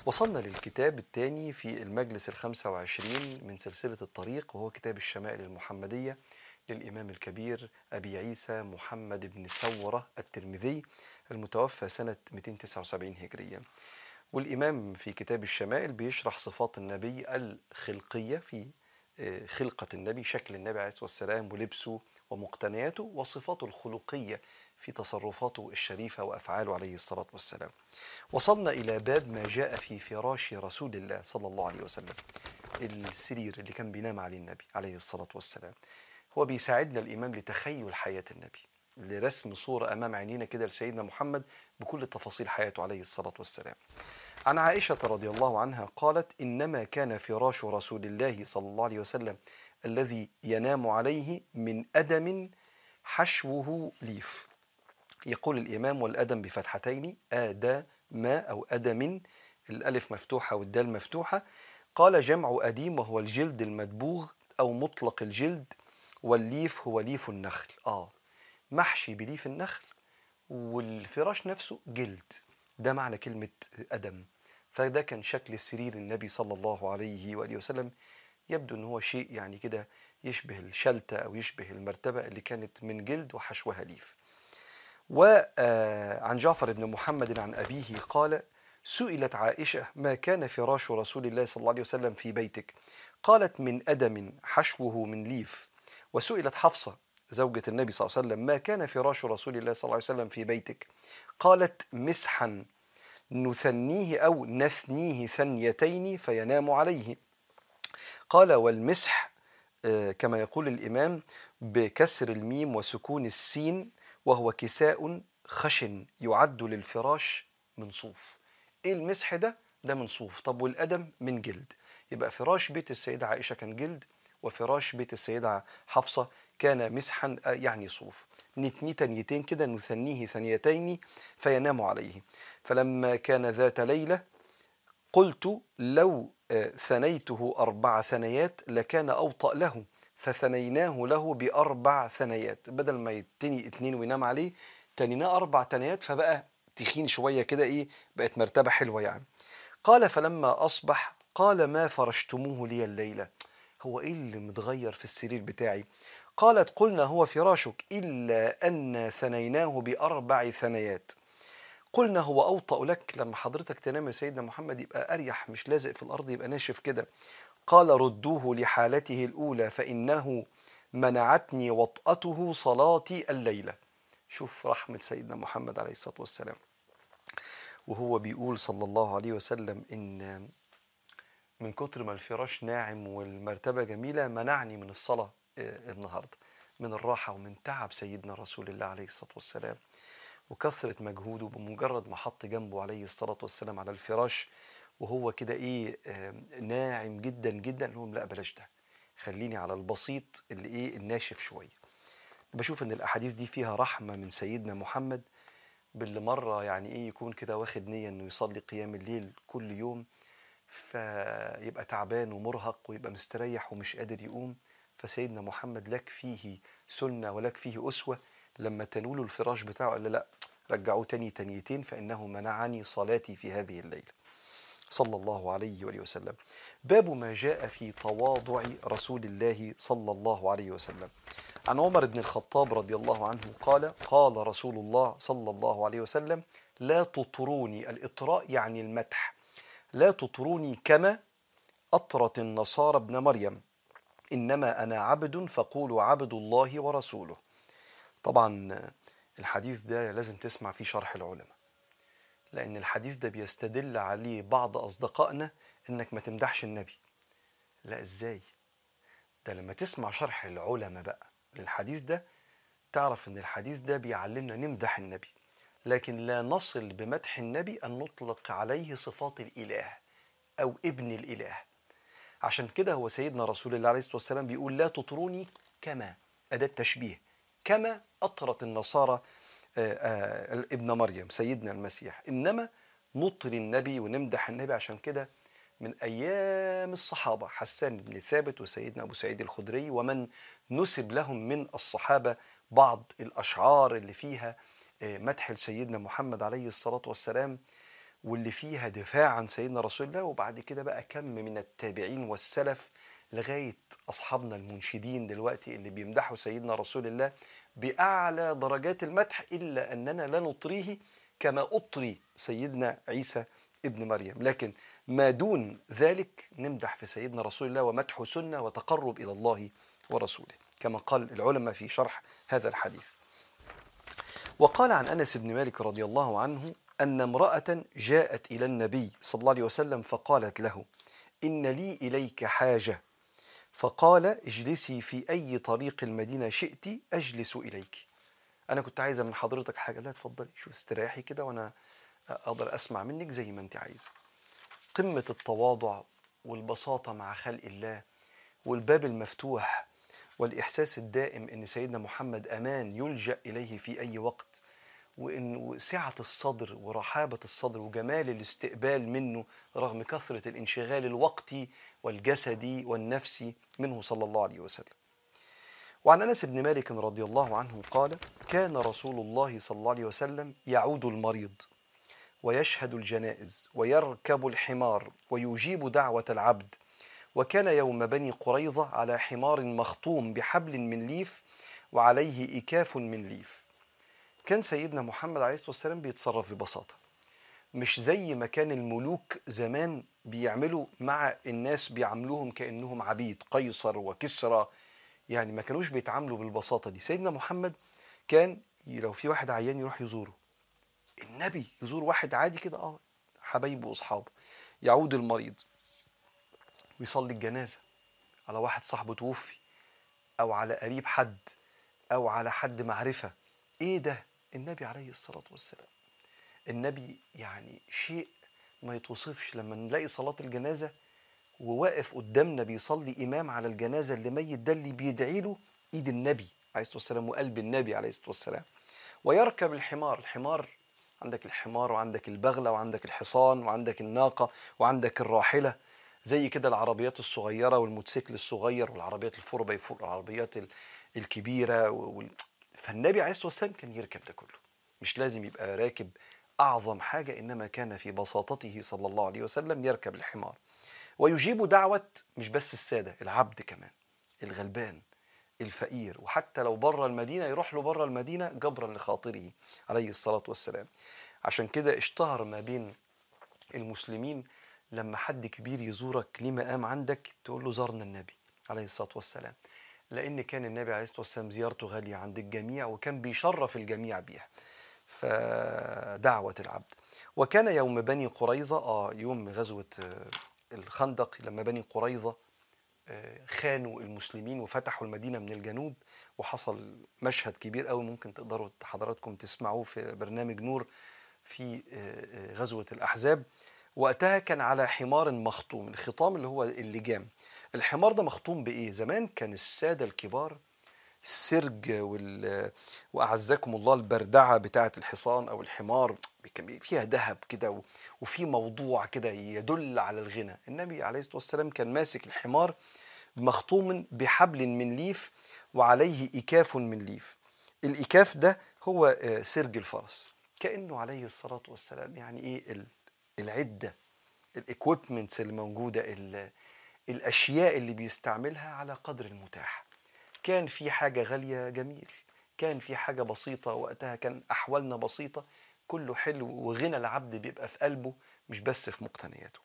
وصلنا للكتاب الثاني في المجلس 25 من سلسلة الطريق، وهو كتاب الشمائل المحمدية للإمام الكبير أبي عيسى محمد بن سورة الترمذي المتوفى سنة 279 هجرية. والإمام في كتاب الشمائل بيشرح صفات النبي الخلقية في خلقة النبي، شكل النبي عليه الصلاة والسلام ولبسه ومقتنياته، وصفاته الخلقية في تصرفاته الشريفة وأفعاله عليه الصلاة والسلام. وصلنا إلى باب ما جاء في فراش رسول الله صلى الله عليه وسلم، السرير اللي كان بينام عليه النبي عليه الصلاة والسلام. هو بيساعدنا الإمام لتخيل حياة النبي، لرسم صورة أمام عينينا كده لسيدنا محمد بكل تفاصيل حياته عليه الصلاة والسلام. عن عائشة رضي الله عنها قالت: إنما كان فراش رسول الله صلى الله عليه وسلم الذي ينام عليه من أدم حشوه ليف. يقول الإمام: والأدم بفتحتين، آدم أو أدم، الألف مفتوحة والدال مفتوحة. قال: جمع أديم وهو الجلد المدبوغ أو مطلق الجلد، والليف هو ليف النخل. محشي بليف النخل، والفراش نفسه جلد. ده معنى كلمة أدم. فده كان شكل سرير النبي صلى الله عليه وآله وسلم. يبدو أنه هو شيء يعني كده يشبه الشلتة أو يشبه المرتبة اللي كانت من جلد وحشوها ليف. وعن جعفر بن محمد عن أبيه قال: سئلت عائشة: ما كان فراش رسول الله صلى الله عليه وسلم في بيتك؟ قالت: من أدم حشوه من ليف. وسئلت حفصة زوجة النبي صلى الله عليه وسلم: ما كان فراش رسول الله صلى الله عليه وسلم في بيتك؟ قالت: مسحا نثنيه أو نثنيه ثنيتين فينام عليه. قال: والمسح كما يقول الإمام بكسر الميم وسكون السين، وهو كساء خشن يعد للفراش من صوف. ايه المسح ده؟ ده من صوف. طب والأدم من جلد. يبقى فراش بيت السيدة عائشة كان جلد، وفراش بيت السيدة حفصة كان مسحا يعني صوف. نتني تنيتين كده، نثنيه ثنيتين فينام عليه. فلما كان ذات ليلة قلت: لو ثنيته 4 ثنيات لكان أوطأ له، فثنيناه له ب4 ثنيات. بدل ما يتني 2 وينام عليه، تنيناه 4 ثنيات، فبقى تخين شوية كده، بقت مرتبة حلوة يعني. قال: فلما أصبح قال: ما فرشتموه لي الليلة؟ هو إيه اللي متغير في السرير بتاعي؟ قالت: قلنا هو فراشك، إلا أن ثنيناه ب4 ثنيات. قلنا هو أوطأ لك، لما حضرتك تنام يا سيدنا محمد يبقى أريح، مش لازق في الأرض، يبقى ناشف كده. قال: ردوه لحالته الأولى فإنه منعتني وطأته صلاتي الليلة. شوف رحمة سيدنا محمد عليه الصلاة والسلام، وهو بيقول صلى الله عليه وسلم إن من كتر ما الفراش ناعم والمرتبة جميلة منعني من الصلاة النهاردة، من الراحة ومن تعب سيدنا رسول الله عليه الصلاة والسلام وكثرة مجهوده. بمجرد ما حط جنبه عليه الصلاة والسلام على الفراش وهو كده ناعم جدا جدا، لهم لا بلاش ده، خليني على البسيط اللي الناشف شوية. بشوف ان الاحاديث دي فيها رحمة من سيدنا محمد باللي مرة يكون كده واخد نية انه يصلي قيام الليل كل يوم، فيبقى تعبان ومرهق ويبقى مستريح ومش قادر يقوم. فسيدنا محمد لك فيه سنة ولك فيه أسوة. لما تنولوا الفراش بتاعه قال لا، رجعوه تاني تنيتين فإنه منعني صلاتي في هذه الليلة صلى الله عليه وآله وسلم. باب ما جاء في تواضع رسول الله صلى الله عليه وسلم. عن عمر بن الخطاب رضي الله عنه قال: قال رسول الله صلى الله عليه وسلم: لا تطروني. الإطراء يعني المدح. لا تطروني كما أطرت النصارى ابن مريم، إنما أنا عبد فقولوا عبد الله ورسوله. طبعا الحديث ده لازم تسمع فيه شرح العلماء، لأن الحديث ده بيستدل عليه بعض أصدقائنا إنك ما تمدحش النبي. لا، إزاي؟ ده لما تسمع شرح العلماء بقى للحديث ده تعرف إن الحديث ده بيعلمنا نمدح النبي، لكن لا نصل بمدح النبي أن نطلق عليه صفات الإله أو ابن الإله. عشان كده هو سيدنا رسول الله عليه الصلاة والسلام بيقول: لا تطروني كما، أداة تشبيه، كما أطرت النصارى ابن مريم سيدنا المسيح. إنما نطر النبي ونمدح النبي. عشان كده من أيام الصحابة حسان بن ثابت وسيدنا أبو سعيد الخدري ومن نسب لهم من الصحابة بعض الأشعار اللي فيها مدح لسيدنا محمد عليه الصلاة والسلام. واللي فيها دفاع عن سيدنا رسول الله، وبعد كده بقى كم من التابعين والسلف لغاية أصحابنا المنشدين دلوقتي اللي بيمدحوا سيدنا رسول الله بأعلى درجات المدح، إلا أننا لا نطريه كما أطري سيدنا عيسى ابن مريم. لكن ما دون ذلك نمدح في سيدنا رسول الله، ومدح سنة وتقرب إلى الله ورسوله، كما قال العلماء في شرح هذا الحديث. وقال عن أنس بن مالك رضي الله عنه أن امرأة جاءت إلى النبي صلى الله عليه وسلم فقالت له: إن لي إليك حاجة. فقال: اجلسي في أي طريق المدينة شئت أجلس إليك. أنا كنت عايزة من حضرتك حاجة. لا اتفضلي، شوف استريحي كده وأنا أقدر أسمع منك زي ما أنت عايزة. قمة التواضع والبساطة مع خلق الله، والباب المفتوح، والإحساس الدائم أن سيدنا محمد أمان يلجأ إليه في أي وقت، وإن سعة الصدر ورحابة الصدر وجمال الاستقبال منه رغم كثرة الانشغال الوقتي والجسدي والنفسي منه صلى الله عليه وسلم. وعن أنس بن مالك رضي الله عنه قال: كان رسول الله صلى الله عليه وسلم يعود المريض ويشهد الجنائز ويركب الحمار ويجيب دعوة العبد. وكان يوم بني قريظة على حمار مخطوم بحبل من ليف وعليه إكاف من ليف. كان سيدنا محمد عليه الصلاة والسلام بيتصرف ببساطة، مش زي ما كان الملوك زمان بيعملوا مع الناس، بيعاملوهم كأنهم عبيد، قيصر وكسرى، يعني ما كانوش بيتعاملوا بالبساطة دي. سيدنا محمد كان لو في واحد عيان يروح يزوره، النبي يزور واحد عادي كده، حبايبه واصحابه. يعود المريض ويصلي الجنازة على واحد صاحبه توفي، أو على قريب حد، أو على حد معرفة. إيه ده؟ النبي عليه الصلاة والسلام. النبي يعني شيء ما يتوصفش. لما نلاقي صلاة الجنازة وواقف قدامنا بيصلي إمام على الجنازة اللي ميت ده، اللي بيدعي له إيد النبي عليه الصلاة والسلام وقلب النبي عليه الصلاة والسلام. ويركب الحمار. الحمار، عندك الحمار وعندك البغلة وعندك الحصان وعندك الناقة وعندك الراحلة، زي كده العربيات الصغيرة والموتوسيكل الصغير والعربيات الفور باي فور والعربيات الكبيرة فالنبي عليه الصلاة والسلام كان يركب ده كله، مش لازم يبقى راكب أعظم حاجة، إنما كان في بساطته صلى الله عليه وسلم يركب الحمار ويجيب دعوة مش بس السادة، العبد كمان، الغلبان، الفقير، وحتى لو بره المدينة يروح له بره المدينة جبرا لخاطره عليه الصلاة والسلام. عشان كده اشتهر ما بين المسلمين لما حد كبير يزورك ليه مقام عندك تقول له زارنا النبي عليه الصلاة والسلام، لأن كان النبي عليه الصلاة والسلام زيارته غالية عند الجميع، وكان بيشرف الجميع بيها. فدعوة العبد. وكان يوم بني قريظة، يوم غزوة الخندق، لما بني قريظة خانوا المسلمين وفتحوا المدينة من الجنوب، وحصل مشهد كبير قوي ممكن تقدروا حضراتكم تسمعوه في برنامج نور في غزوة الأحزاب. وقتها كان على حمار مخطوم. الخطام اللي هو اللجام. الحمار ده مخطوم بإيه؟ زمان كان السادة الكبار السرج وأعزكم الله البردعة بتاعة الحصان أو الحمار كان فيها ذهب كده، وفي موضوع كده يدل على الغنى. النبي عليه الصلاة والسلام كان ماسك الحمار مخطوم بحبل من ليف وعليه إكاف من ليف. الإكاف ده هو سرج الفرس، كأنه عليه الصلاة والسلام يعني إيه العدة، الإكويبمنتس اللي موجودة، الأشياء اللي بيستعملها على قدر المتاح. كان في حاجة غالية جميل، كان في حاجة بسيطة، وقتها كان أحوالنا بسيطة، كله حلو، وغنى العبد بيبقى في قلبه مش بس في مقتنياته.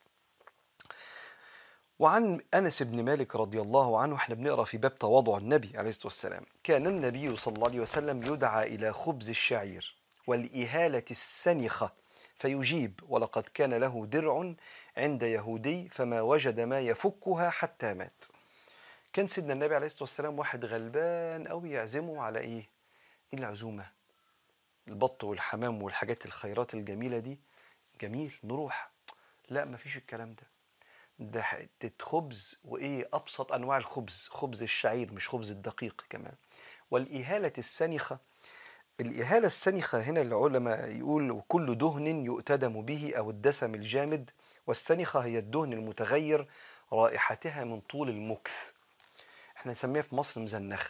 وعن أنس بن مالك رضي الله عنه، احنا بنقرأ في باب تواضع النبي عليه الصلاة والسلام، كان النبي صلى الله عليه وسلم يدعى إلى خبز الشعير والإهالة السنخة فيجيب، ولقد كان له درع عند يهودي فما وجد ما يفكها حتى مات. كان سيدنا النبي عليه الصلاة والسلام واحد غلبان قوي يعزمه على إيه العزومة، البط والحمام والحاجات الخيرات الجميلة دي، جميل نروح. لا مفيش الكلام ده حتة خبز، وإيه أبسط أنواع الخبز، خبز الشعير مش خبز الدقيق كمان. والإهالة السنخة، الإهالة السنخة هنا العلماء يقول وكل دهن يؤتدم به أو الدسم الجامد، والسنخة هي الدهن المتغير رائحتها من طول المكث. احنا نسميها في مصر مزنخة.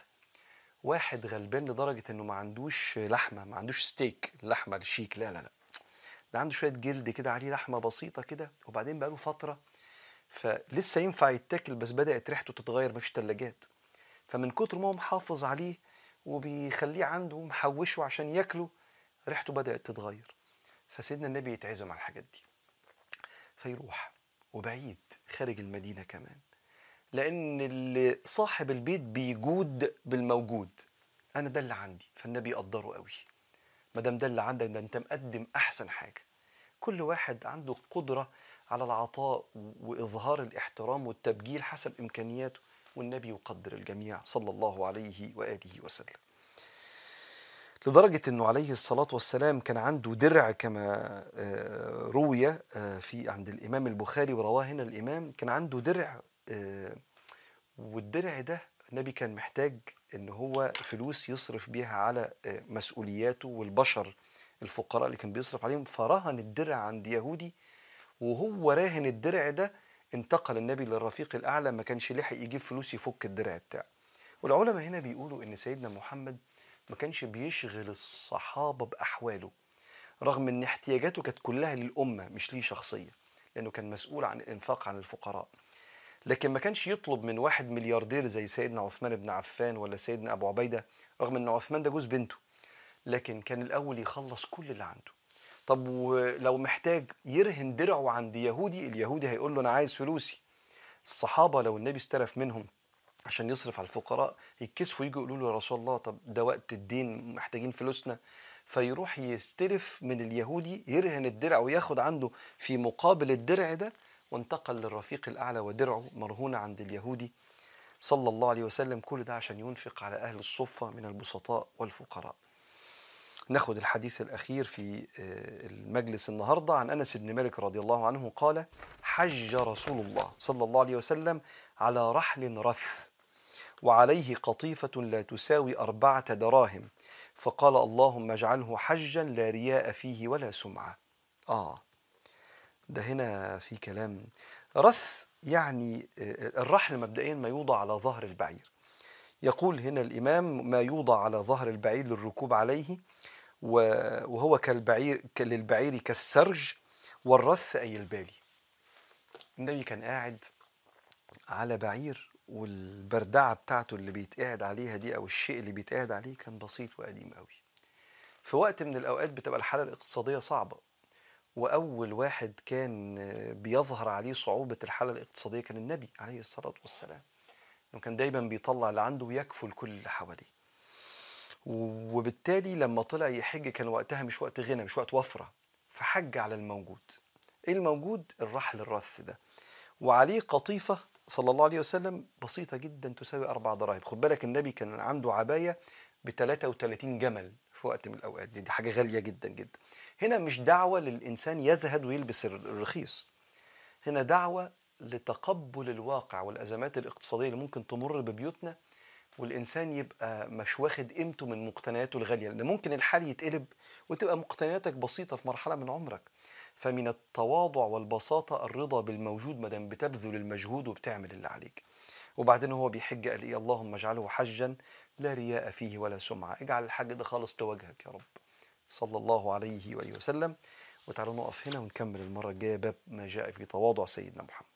واحد غلبان لدرجة انه ما عندوش لحمة، ما عندوش ستيك، اللحمة الشيك، لا لا لا، ده عنده شوية جلد كده عليه لحمة بسيطة كده، وبعدين بقاله فترة فلسه ينفع يتاكل، بس بدأت ريحته تتغير، مفيش تلاجات. فمن كتر ما هو محافظ عليه وبيخليه عنده محوشه عشان ياكله، ريحته بدأت تتغير. فسيدنا النبي يتعزم على الحاجات دي، فيروح وبعيد خارج المدينة كمان، لأن اللي صاحب البيت بيجود بالموجود. أنا ده اللي عندي، فالنبي يقدره قوي. ما دام ده اللي عندك، ده أنت مقدم أحسن حاجة. كل واحد عنده قدرة على العطاء وإظهار الاحترام والتبجيل حسب إمكانياته، والنبي يقدر الجميع صلى الله عليه وآله وسلم. لدرجة أنه عليه الصلاة والسلام كان عنده درع، كما روي في عند الإمام البخاري ورواه هنا الإمام، كان عنده درع، والدرع ده النبي كان محتاج ان هو فلوس يصرف بيها على مسؤولياته والبشر الفقراء اللي كان بيصرف عليهم، فرهن الدرع عند يهودي. وهو راهن الدرع ده انتقل النبي للرفيق الأعلى، ما كانش لحق يجيب فلوس يفك الدرع بتاعه. والعلماء هنا بيقولوا ان سيدنا محمد ما كانش بيشغل الصحابة بأحواله، رغم ان احتياجاته كانت كلها للأمة مش ليه شخصية، لأنه كان مسؤول عن الإنفاق عن الفقراء. لكن ما كانش يطلب من واحد ملياردير زي سيدنا عثمان بن عفان ولا سيدنا أبو عبيدة، رغم ان عثمان ده جوز بنته، لكن كان الأول يخلص كل اللي عنده. طب ولو محتاج يرهن درعه عند يهودي، اليهودي هيقول له أنا عايز فلوسي. الصحابة لو النبي استلف منهم عشان يصرف على الفقراء يتكسفوا يجوا يقولوا له يا رسول الله طب ده وقت الدين محتاجين فلوسنا، فيروح يستلف من اليهودي، يرهن الدرع وياخد عنده في مقابل الدرع ده، وانتقل للرفيق الأعلى ودرعه مرهون عند اليهودي صلى الله عليه وسلم. كل ده عشان ينفق على أهل الصفة من البسطاء والفقراء. ناخد الحديث الأخير في المجلس النهاردة عن أنس بن مالك رضي الله عنه قال: حج رسول الله صلى الله عليه وسلم على رحل رث، وعليه قطيفة لا تساوي 4 دراهم، فقال: اللهم اجعله حجا لا رياء فيه ولا سمعة. ده هنا في كلام. رث يعني الرحل مبدئيا ما يوضع على ظهر البعير. يقول هنا الإمام: ما يوضع على ظهر البعير للركوب عليه، وهو للبعير كالسرج، والرث أي البالي. النبي كان قاعد على بعير، والبردعة بتاعته اللي بيتقعد عليها دي أو الشيء اللي بيتقعد عليه كان بسيط وقديم قوي. في وقت من الأوقات بتبقى الحالة الاقتصادية صعبة، وأول واحد كان بيظهر عليه صعوبة الحالة الاقتصادية كان النبي عليه الصلاة والسلام، إنه كان دايما بيطلع اللي عنده ويكفل كل اللي حواليه. وبالتالي لما طلع يحج كان وقتها مش وقت غنى، مش وقت وفرة، فحج على الموجود. ايه الموجود؟ الرحل الرث ده، وعليه قطيفة صلى الله عليه وسلم بسيطة جدا تساوي 4 دراهم. خد بالك النبي كان عنده عباية ب33 جمل في وقت من الأوقات، دي حاجة غالية جدا جدا. هنا مش دعوة للإنسان يزهد ويلبس الرخيص، هنا دعوة لتقبل الواقع والأزمات الاقتصادية اللي ممكن تمر ببيوتنا، والإنسان يبقى مش واخد قيمته من مقتنياته الغالية، لأن ممكن الحال يتقلب وتبقى مقتنياتك بسيطة في مرحلة من عمرك. فمن التواضع والبساطة الرضا بالموجود مادام بتبذل المجهود وبتعمل اللي عليك. وبعدين هو بيحج قال إيه؟ اللهم اجعله حجا لا رياء فيه ولا سمعة. اجعل الحج ده خالص لوجهك يا رب صلى الله عليه وآله وسلم. وتعالوا نقف هنا ونكمل المرة الجاية باب ما جاء في تواضع سيدنا محمد.